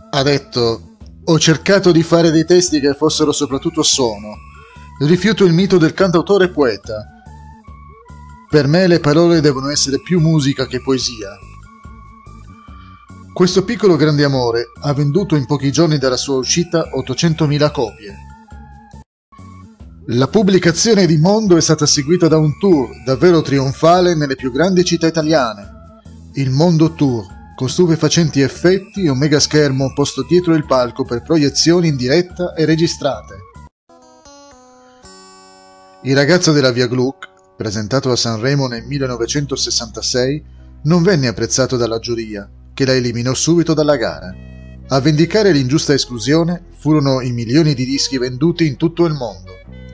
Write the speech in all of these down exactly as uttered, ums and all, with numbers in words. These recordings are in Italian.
Ha detto: ho cercato di fare dei testi che fossero soprattutto suono. Rifiuto il mito del cantautore poeta. Per me le parole devono essere più musica che poesia. Questo piccolo grande amore ha venduto in pochi giorni dalla sua uscita ottocentomila copie. La pubblicazione di Mondo è stata seguita da un tour davvero trionfale nelle più grandi città italiane. Il Mondo Tour, con stupefacenti effetti e un mega schermo posto dietro il palco per proiezioni in diretta e registrate. Il ragazzo della Via Gluck, presentato a Sanremo nel millenovecentosessantasei, non venne apprezzato dalla giuria, che la eliminò subito dalla gara. A vendicare l'ingiusta esclusione furono i milioni di dischi venduti in tutto il mondo.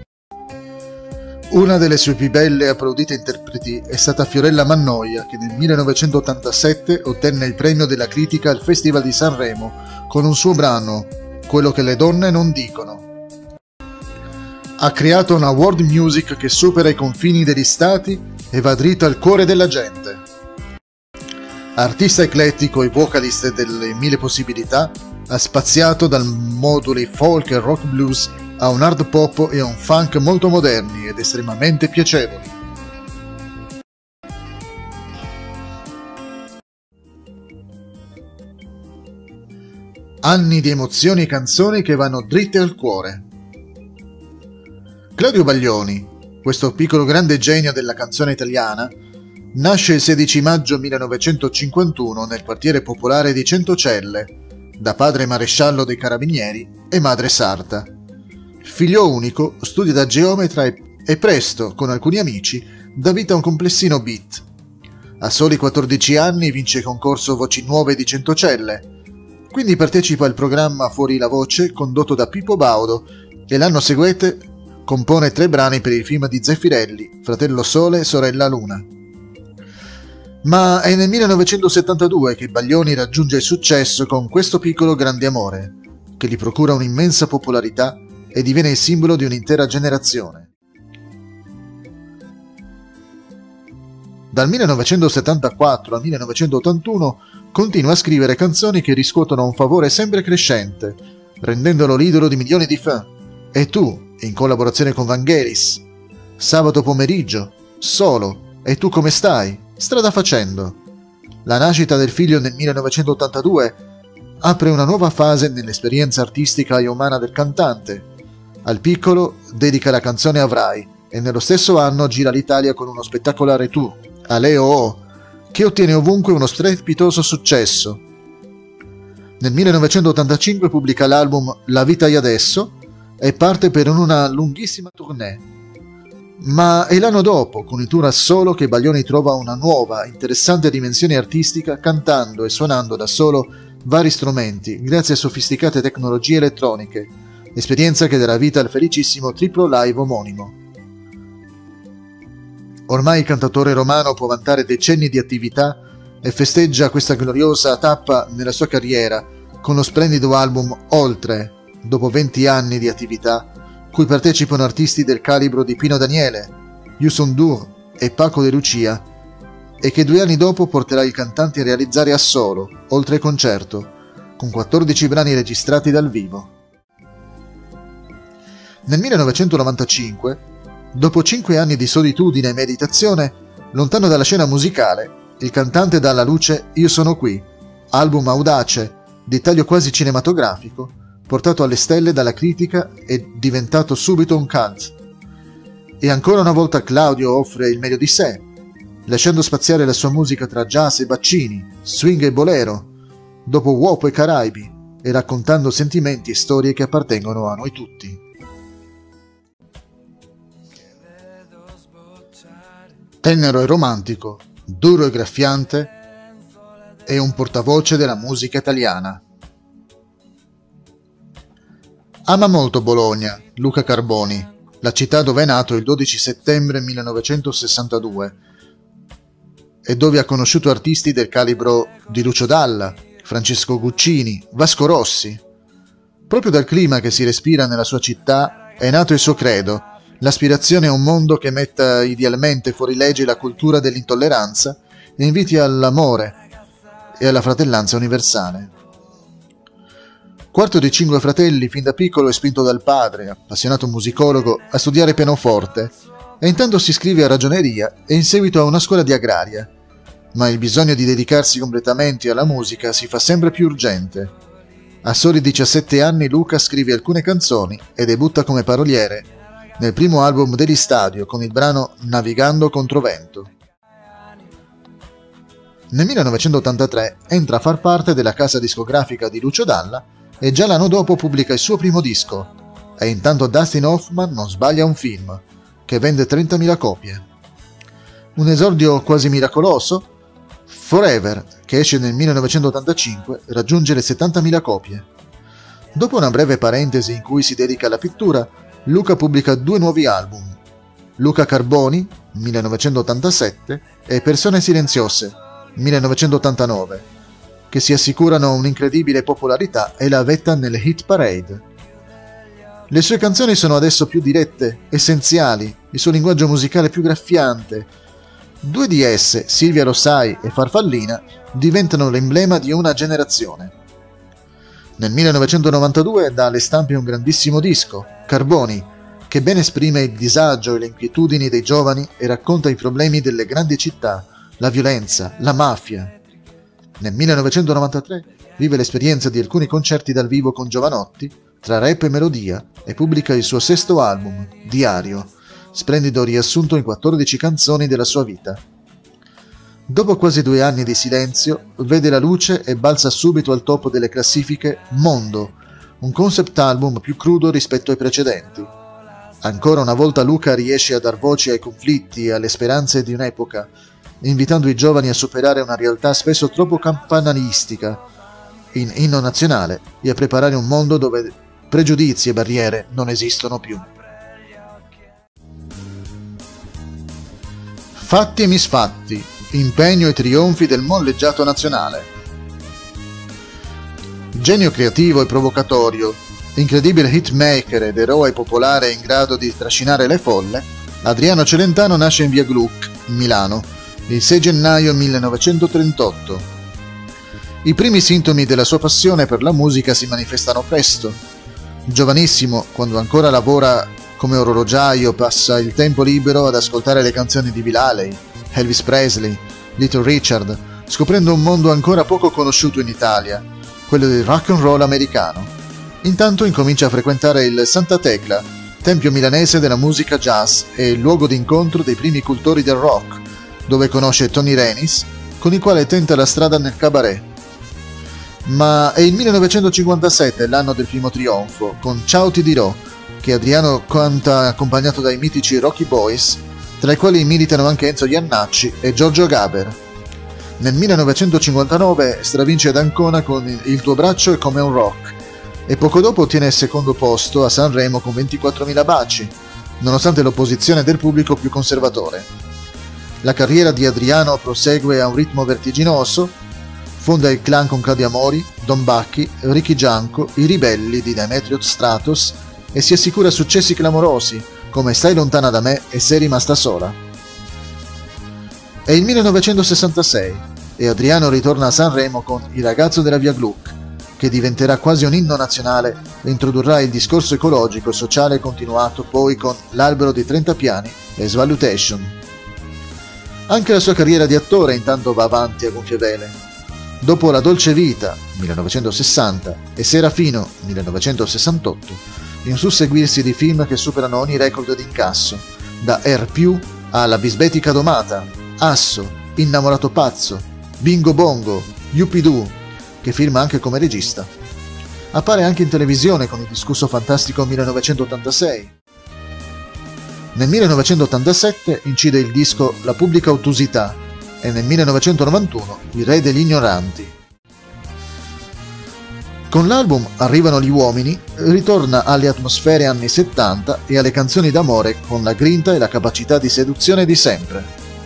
Una delle sue più belle e applaudite interpreti è stata Fiorella Mannoia, che nel millenovecentottantasette ottenne il premio della critica al Festival di Sanremo con un suo brano, Quello che le donne non dicono. Ha creato una world music che supera i confini degli stati e va dritta al cuore della gente. Artista eclettico e vocalist delle mille possibilità, ha spaziato dal moduli folk e rock blues a un hard pop e a un funk molto moderni ed estremamente piacevoli. Anni di emozioni e canzoni che vanno dritte al cuore. Claudio Baglioni, questo piccolo grande genio della canzone italiana, nasce il sedici maggio millenovecentocinquantuno nel quartiere popolare di Centocelle, da padre maresciallo dei carabinieri e madre sarta. Figlio unico, studia da geometra e, e presto, con alcuni amici, dà vita a un complessino beat. A soli quattordici anni vince il concorso Voci Nuove di Centocelle, quindi partecipa al programma Fuori la Voce condotto da Pippo Baudo e l'anno seguente compone tre brani per il film di Zeffirelli, Fratello Sole, Sorella Luna. Ma è nel millenovecentosettantadue che Baglioni raggiunge il successo con Questo piccolo grande amore, che gli procura un'immensa popolarità e diviene il simbolo di un'intera generazione. Dal millenovecentosettantaquattro al millenovecentottantuno continua a scrivere canzoni che riscuotono un favore sempre crescente, rendendolo l'idolo di milioni di fan. E tu, in collaborazione con Vangelis, Sabato pomeriggio, Solo, E tu come stai? Strada facendo. La nascita del figlio nel millenovecentottantadue apre una nuova fase nell'esperienza artistica e umana del cantante. Al piccolo dedica la canzone Avrai e nello stesso anno gira l'Italia con uno spettacolare tour, Ale oh oh, che ottiene ovunque uno strepitoso successo. Nel millenovecentottantacinque pubblica l'album La vita e adesso e parte per una lunghissima tournée. Ma è l'anno dopo, con il tour a solo, che Baglioni trova una nuova, interessante dimensione artistica cantando e suonando da solo vari strumenti grazie a sofisticate tecnologie elettroniche, esperienza che darà vita al felicissimo triplo live omonimo. Ormai il cantautore romano può vantare decenni di attività e festeggia questa gloriosa tappa nella sua carriera con lo splendido album Oltre, dopo venti anni di attività, cui partecipano artisti del calibro di Pino Daniele, Youssou N'Dour e Paco De Lucia, e che due anni dopo porterà il cantante a realizzare a solo, oltre concerto, con quattordici brani registrati dal vivo. Nel millenovecentonovantacinque, dopo cinque anni di solitudine e meditazione, lontano dalla scena musicale, il cantante dà alla luce Io sono qui, album audace, di taglio quasi cinematografico, portato alle stelle dalla critica e diventato subito un cult. E ancora una volta Claudio offre il meglio di sé, lasciando spaziare la sua musica tra jazz e baccini, swing e bolero, dopo Uopo e Caraibi, e raccontando sentimenti e storie che appartengono a noi tutti. Tenero e romantico, duro e graffiante, è un portavoce della musica italiana. Ama molto Bologna, Luca Carboni, la città dove è nato il dodici settembre millenovecentosessantadue e dove ha conosciuto artisti del calibro di Lucio Dalla, Francesco Guccini, Vasco Rossi. Proprio dal clima che si respira nella sua città è nato il suo credo, l'aspirazione a un mondo che metta idealmente fuori legge la cultura dell'intolleranza e inviti all'amore e alla fratellanza universale. Quarto di cinque fratelli, fin da piccolo è spinto dal padre, appassionato musicologo, a studiare pianoforte e intanto si iscrive a ragioneria e in seguito a una scuola di agraria. Ma il bisogno di dedicarsi completamente alla musica si fa sempre più urgente. A soli diciassette anni Luca scrive alcune canzoni e debutta come paroliere nel primo album degli Stadio con il brano Navigando Controvento. Nel millenovecentottantatré entra a far parte della casa discografica di Lucio Dalla e già l'anno dopo pubblica il suo primo disco, e intanto Dustin Hoffman non sbaglia un film, che vende trentamila copie. Un esordio quasi miracoloso? Forever, che esce nel millenovecentottantacinque, raggiunge le settantamila copie. Dopo una breve parentesi in cui si dedica alla pittura, Luca pubblica due nuovi album, Luca Carboni, millenovecentottantasette, e Persone Silenziose, millenovecentottantanove, che si assicurano un'incredibile popolarità e la vetta nelle hit parade. Le sue canzoni sono adesso più dirette, essenziali, il suo linguaggio musicale più graffiante. Due di esse, Silvia lo sai e Farfallina, diventano l'emblema di una generazione. Nel millenovecentonovantadue dà alle stampe un grandissimo disco, Carboni, che ben esprime il disagio e le inquietudini dei giovani e racconta i problemi delle grandi città, la violenza, la mafia. Nel millenovecentonovantatré vive l'esperienza di alcuni concerti dal vivo con Jovanotti, tra rap e melodia, e pubblica il suo sesto album, Diario, splendido riassunto in quattordici canzoni della sua vita. Dopo quasi due anni di silenzio, vede la luce e balza subito al top delle classifiche Mondo, un concept album più crudo rispetto ai precedenti. Ancora una volta Luca riesce a dar voce ai conflitti e alle speranze di un'epoca, invitando i giovani a superare una realtà spesso troppo campanalistica in inno nazionale e a preparare un mondo dove pregiudizi e barriere non esistono più. Fatti e misfatti, impegno e trionfi del molleggiato nazionale. Genio creativo e provocatorio, incredibile hitmaker ed eroe popolare in grado di trascinare le folle, Adriano Celentano nasce in via Gluck, Milano, il sei gennaio millenovecentotrentotto. I primi sintomi della sua passione per la musica si manifestano presto. Giovanissimo, quando ancora lavora come orologiaio, passa il tempo libero ad ascoltare le canzoni di Bill Haley, Elvis Presley, Little Richard, scoprendo un mondo ancora poco conosciuto in Italia, quello del rock and roll americano. Intanto incomincia a frequentare il Santa Tecla, tempio milanese della musica jazz e il luogo d'incontro dei primi cultori del rock, dove conosce Tony Renis, con il quale tenta la strada nel cabaret. Ma è il millenovecentocinquantasette l'anno del primo trionfo, con Ciao ti dirò, che Adriano canta accompagnato dai mitici Rocky Boys, tra i quali militano anche Enzo Iannacci e Giorgio Gaber. Nel millenovecentocinquantanove stravince ad Ancona con Il tuo braccio è come un rock, e poco dopo ottiene il secondo posto a Sanremo con ventiquattromila baci, nonostante l'opposizione del pubblico più conservatore. La carriera di Adriano prosegue a un ritmo vertiginoso, fonda il clan con Claudia Mori, Don Bacchi, Ricky Gianco, i Ribelli di Demetrio Stratos e si assicura successi clamorosi come Stai lontana da me e Sei rimasta sola. È il millenovecentosessantasei e Adriano ritorna a Sanremo con Il ragazzo della via Gluck, che diventerà quasi un inno nazionale e introdurrà il discorso ecologico e sociale continuato poi con L'albero di trenta piani e Svalutation. Anche la sua carriera di attore intanto va avanti a gonfie vele. Dopo La dolce vita, millenovecentosessanta, e Serafino, millenovecentosessantotto, in un susseguirsi di film che superano ogni record di incasso, da Air più a La bisbetica domata, Asso, Innamorato pazzo, Bingo Bongo, Yuppidoo, che firma anche come regista. Appare anche in televisione con il discusso fantastico millenovecentottantasei. Nel millenovecentottantasette incide il disco La pubblica ottusità e nel millenovecentonovantuno Il re degli ignoranti. Con l'album Arrivano gli uomini ritorna alle atmosfere anni settanta e alle canzoni d'amore con la grinta e la capacità di seduzione di sempre.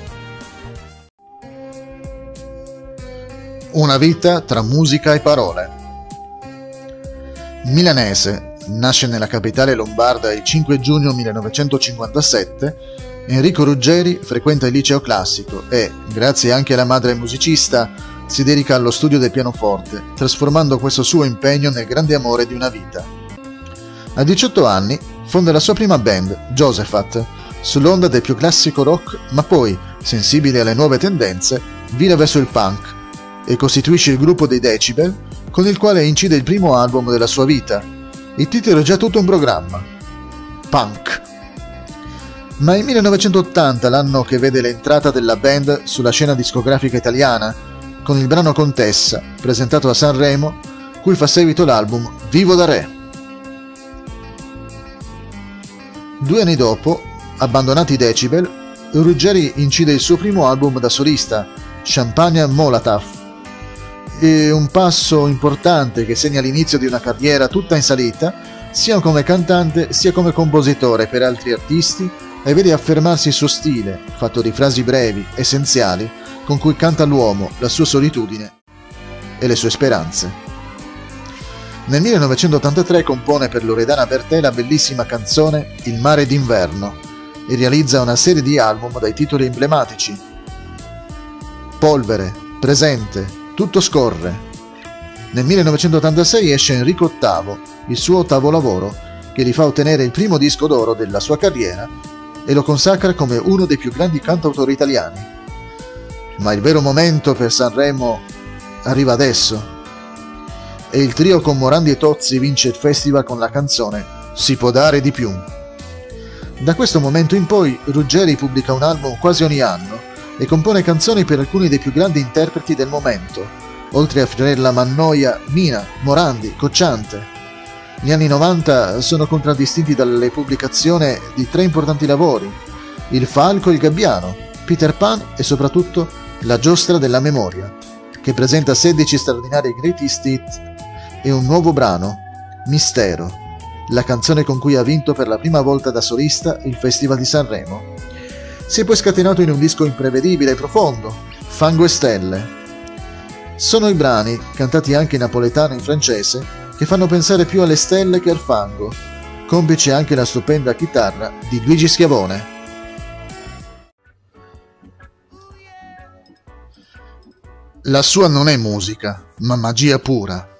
Una vita tra musica e parole. Milanese, nasce nella capitale lombarda il cinque giugno millenovecentocinquantasette, Enrico Ruggeri frequenta il liceo classico e, grazie anche alla madre musicista, si dedica allo studio del pianoforte, trasformando questo suo impegno nel grande amore di una vita. A diciotto anni fonda la sua prima band, Josephat, sull'onda del più classico rock, ma poi, sensibile alle nuove tendenze, vira verso il punk e costituisce il gruppo dei Decibel, con il quale incide il primo album della sua vita. Il titolo è già tutto un programma: Punk. Ma il millenovecentottanta, l'anno che vede l'entrata della band sulla scena discografica italiana, con il brano Contessa, presentato a Sanremo, cui fa seguito l'album Vivo da Re. Due anni dopo, abbandonati i Decibel, Ruggeri incide il suo primo album da solista, Champagne Molotov, e un passo importante che segna l'inizio di una carriera tutta in salita, sia come cantante sia come compositore per altri artisti, e vede affermarsi il suo stile, fatto di frasi brevi, essenziali, con cui canta l'uomo, la sua solitudine e le sue speranze. Nel millenovecentottantatré compone per Loredana Bertè la bellissima canzone Il mare d'inverno e realizza una serie di album dai titoli emblematici: Polvere, Presente, Tutto scorre. Nel millenovecentottantasei esce Enrico ottavo, il suo ottavo lavoro, che gli fa ottenere il primo disco d'oro della sua carriera e lo consacra come uno dei più grandi cantautori italiani. Ma il vero momento per Sanremo arriva adesso, e il trio con Morandi e Tozzi vince il festival con la canzone Si può dare di più. Da questo momento in poi Ruggeri pubblica un album quasi ogni anno e compone canzoni per alcuni dei più grandi interpreti del momento, oltre a Fiorella Mannoia, Mina, Morandi, Cocciante. Gli anni novanta sono contraddistinti dalle pubblicazioni di tre importanti lavori: Il Falco e il Gabbiano, Peter Pan e soprattutto La Giostra della Memoria, che presenta sedici straordinari greatest hits e un nuovo brano, Mistero, la canzone con cui ha vinto per la prima volta da solista il Festival di Sanremo. Si è poi scatenato in un disco imprevedibile e profondo, Fango e Stelle. Sono i brani, cantati anche in napoletano e in francese, che fanno pensare più alle stelle che al fango, complice anche la stupenda chitarra di Luigi Schiavone. La sua non è musica, ma magia pura.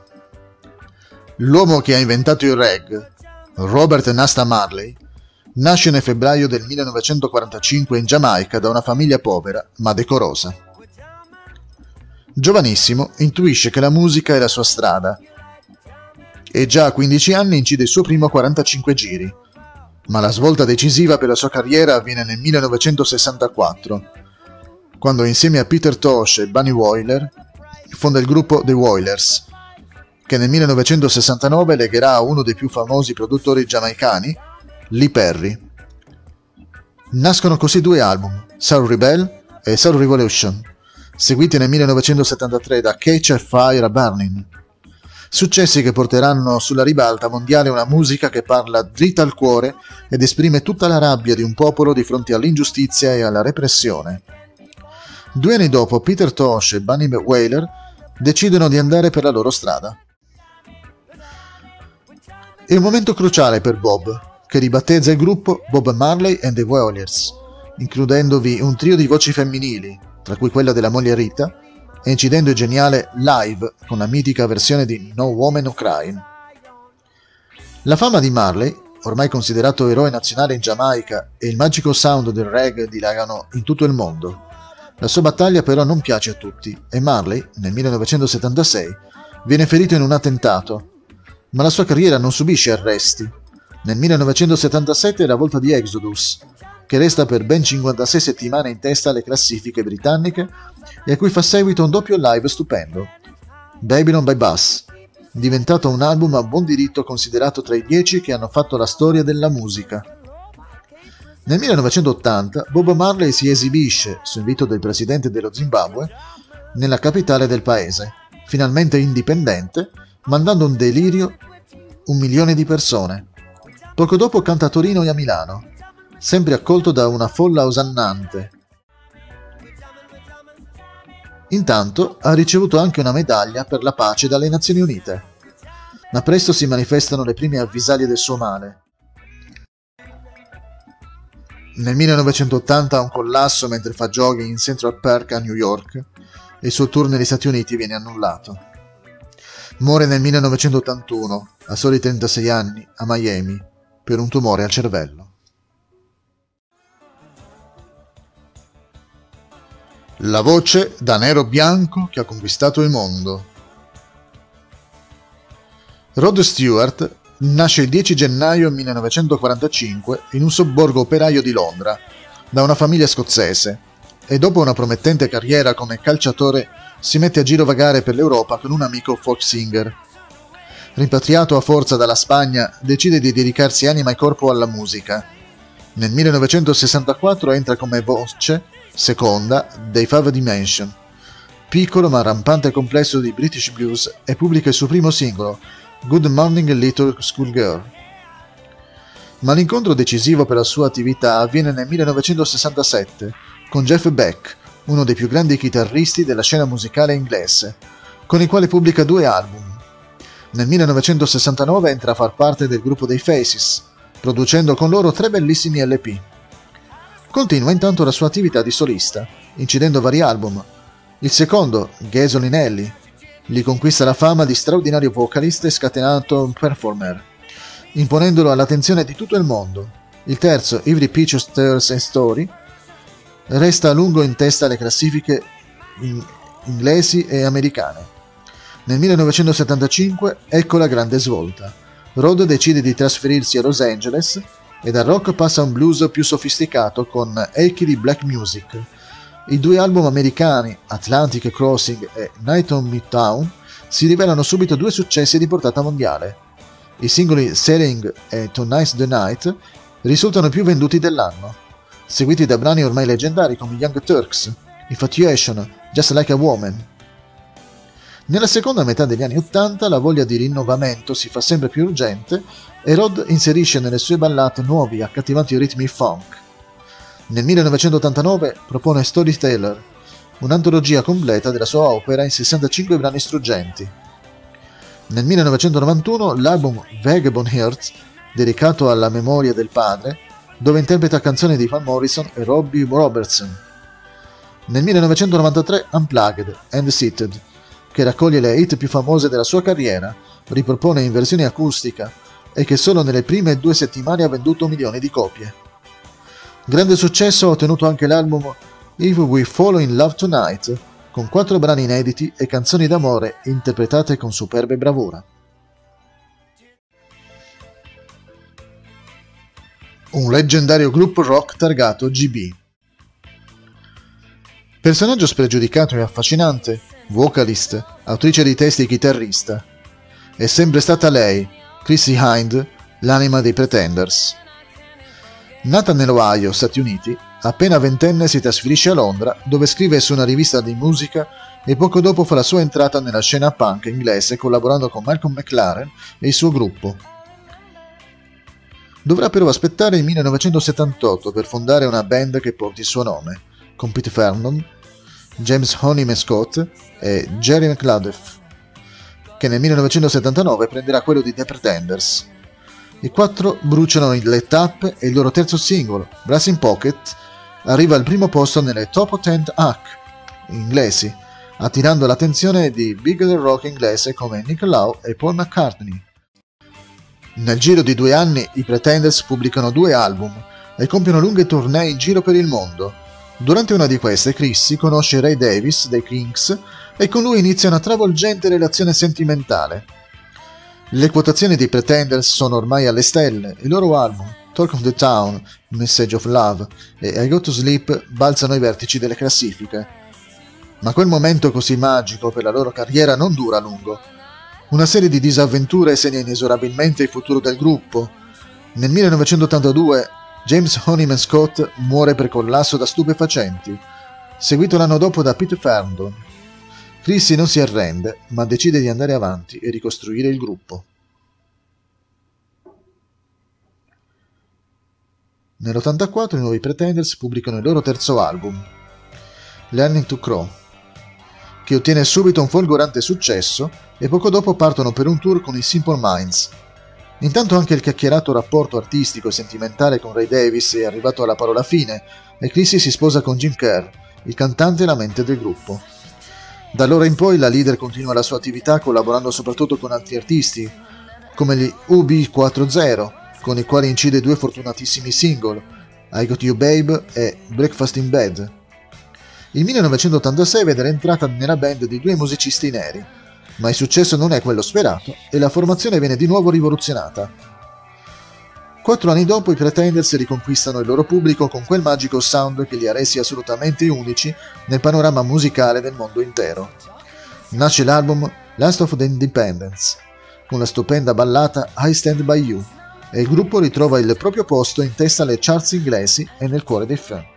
L'uomo che ha inventato il reggae, Robert Nasta Marley, nasce nel febbraio del millenovecentoquarantacinque in Giamaica da una famiglia povera ma decorosa. Giovanissimo intuisce che la musica è la sua strada e già a quindici anni incide il suo primo quarantacinque giri, ma la svolta decisiva per la sua carriera avviene nel millenovecentosessantaquattro, quando insieme a Peter Tosh e Bunny Wailer fonda il gruppo The Wailers, che nel millenovecentosessantanove legherà a uno dei più famosi produttori giamaicani, Lee Perry. Nascono così due album, Soul Rebel e Soul Revolution, seguiti nel millenovecentosettantatré da Catch a Fire a Burning. Successi che porteranno sulla ribalta mondiale una musica che parla dritta al cuore ed esprime tutta la rabbia di un popolo di fronte all'ingiustizia e alla repressione. Due anni dopo, Peter Tosh e Bunny Wailer decidono di andare per la loro strada. È un momento cruciale per Bob, che ribattezza il gruppo Bob Marley and the Wailers, includendovi un trio di voci femminili, tra cui quella della moglie Rita, e incidendo il geniale Live con la mitica versione di No Woman No Cry. La fama di Marley, ormai considerato eroe nazionale in Giamaica, e il magico sound del reggae dilagano in tutto il mondo. La sua battaglia però non piace a tutti e Marley, nel millenovecentosettantasei, viene ferito in un attentato, ma la sua carriera non subisce arresti. Nel millenovecentosettantasette è la volta di Exodus, che resta per ben cinquantasei settimane in testa alle classifiche britanniche e a cui fa seguito un doppio live stupendo, Babylon by Bus, diventato un album a buon diritto considerato tra i dieci che hanno fatto la storia della musica. Nel millenovecentottanta Bob Marley si esibisce, su invito del presidente dello Zimbabwe, nella capitale del paese, finalmente indipendente, mandando un delirio un milione di persone. Poco dopo canta a Torino e a Milano, sempre accolto da una folla osannante. Intanto ha ricevuto anche una medaglia per la pace dalle Nazioni Unite, ma presto si manifestano le prime avvisaglie del suo male. Nel millenovecentottanta ha un collasso mentre fa jogging in Central Park a New York e il suo tour negli Stati Uniti viene annullato. Muore nel millenovecentottantuno, a soli trentasei anni, a Miami, per un tumore al cervello. La voce da nero bianco che ha conquistato il mondo. Rod Stewart nasce il dieci gennaio millenovecentoquarantacinque in un sobborgo operaio di Londra, da una famiglia scozzese, e dopo una promettente carriera come calciatore si mette a girovagare per l'Europa con un amico folk singer. Rimpatriato a forza dalla Spagna, decide di dedicarsi anima e corpo alla musica. Nel millenovecentosessantaquattro entra come voce seconda dei Five Dimension, piccolo ma rampante complesso di British blues, e pubblica il suo primo singolo, Good Morning Little Schoolgirl. Ma l'incontro decisivo per la sua attività avviene nel millenovecentosessantasette con Jeff Beck, uno dei più grandi chitarristi della scena musicale inglese, con il quale pubblica due album. Nel millenovecentosessantanove entra a far parte del gruppo dei Faces, producendo con loro tre bellissimi L P. Continua intanto la sua attività di solista, incidendo vari album. Il secondo, Gasoline Alley, gli conquista la fama di straordinario vocalista e scatenato performer, imponendolo all'attenzione di tutto il mondo. Il terzo, Every Picture Tells a Story, resta a lungo in testa alle classifiche in inglesi e americane. Nel millenovecentosettantacinque ecco la grande svolta. Rod decide di trasferirsi a Los Angeles e dal rock passa a un blues più sofisticato con echi di black music. I due album americani, Atlantic Crossing e Night on Midtown, si rivelano subito due successi di portata mondiale. I singoli Sailing e Tonight's the Night risultano più venduti dell'anno, seguiti da brani ormai leggendari come Young Turks, Infatuation, Just Like a Woman. Nella seconda metà degli anni Ottanta la voglia di rinnovamento si fa sempre più urgente e Rod inserisce nelle sue ballate nuovi accattivanti ritmi funk. Nel millenovecentottantanove propone Storyteller, un'antologia completa della sua opera in sessantacinque brani struggenti. Nel millenovecentonovantuno l'album Vagabond Hearts, dedicato alla memoria del padre, dove interpreta canzoni di Van Morrison e Robbie Robertson. Nel millenovecentonovantatré Unplugged and Seated, che raccoglie le hit più famose della sua carriera, ripropone in versione acustica e che solo nelle prime due settimane ha venduto milioni di copie. Grande successo ha ottenuto anche l'album If We Fall in Love Tonight, con quattro brani inediti e canzoni d'amore interpretate con superbe bravura. Un leggendario gruppo rock targato G B. Personaggio spregiudicato e affascinante, vocalist, autrice di testi e chitarrista. È sempre stata lei, Chrissie Hynde, l'anima dei Pretenders. Nata nell'Ohio, Stati Uniti, appena ventenne si trasferisce a Londra, dove scrive su una rivista di musica e poco dopo fa la sua entrata nella scena punk inglese collaborando con Malcolm McLaren e il suo gruppo. Dovrà però aspettare il millenovecentosettantotto per fondare una band che porti il suo nome, con Pete Vernon, James Honeyman Scott e Jerry McLaughlin, che nel millenovecentosettantanove prenderà quello di The Pretenders. I quattro bruciano le tappe e il loro terzo singolo, Brass in Pocket, arriva al primo posto nelle Top cento Hack inglesi, attirando l'attenzione di big del rock inglese come Nick Lowe e Paul McCartney. Nel giro di due anni i Pretenders pubblicano due album e compiono lunghe tournée in giro per il mondo. Durante una di queste Chrissie conosce Ray Davies dei Kinks e con lui inizia una travolgente relazione sentimentale. Le quotazioni dei Pretenders sono ormai alle stelle e i loro album Talk of the Town, Message of Love e I Go to Sleep balzano ai vertici delle classifiche. Ma quel momento così magico per la loro carriera non dura a lungo. Una serie di disavventure segna inesorabilmente il futuro del gruppo. Nel millenovecentottantadue James Honeyman Scott muore per collasso da stupefacenti, seguito l'anno dopo da Pete Vernon. Chrissie non si arrende, ma decide di andare avanti e ricostruire il gruppo. Nell'ottantaquattro i nuovi Pretenders pubblicano il loro terzo album, Learning to Crawl, che ottiene subito un folgorante successo e poco dopo partono per un tour con i Simple Minds. Intanto anche il chiacchierato rapporto artistico e sentimentale con Ray Davies è arrivato alla parola fine e Chrissie si sposa con Jim Kerr, il cantante e la mente del gruppo. Da allora in poi la leader continua la sua attività collaborando soprattutto con altri artisti, come gli U B quaranta, con i quali incide due fortunatissimi single, I Got You Babe e Breakfast in Bed. Il millenovecentottantasei vede l'entrata nella band di due musicisti neri, ma il successo non è quello sperato e la formazione viene di nuovo rivoluzionata. Quattro anni dopo i Pretenders riconquistano il loro pubblico con quel magico sound che li ha resi assolutamente unici nel panorama musicale del mondo intero. Nasce l'album Last of the Independents, con la stupenda ballata I Stand By You, e il gruppo ritrova il proprio posto in testa alle charts inglesi e nel cuore dei fan.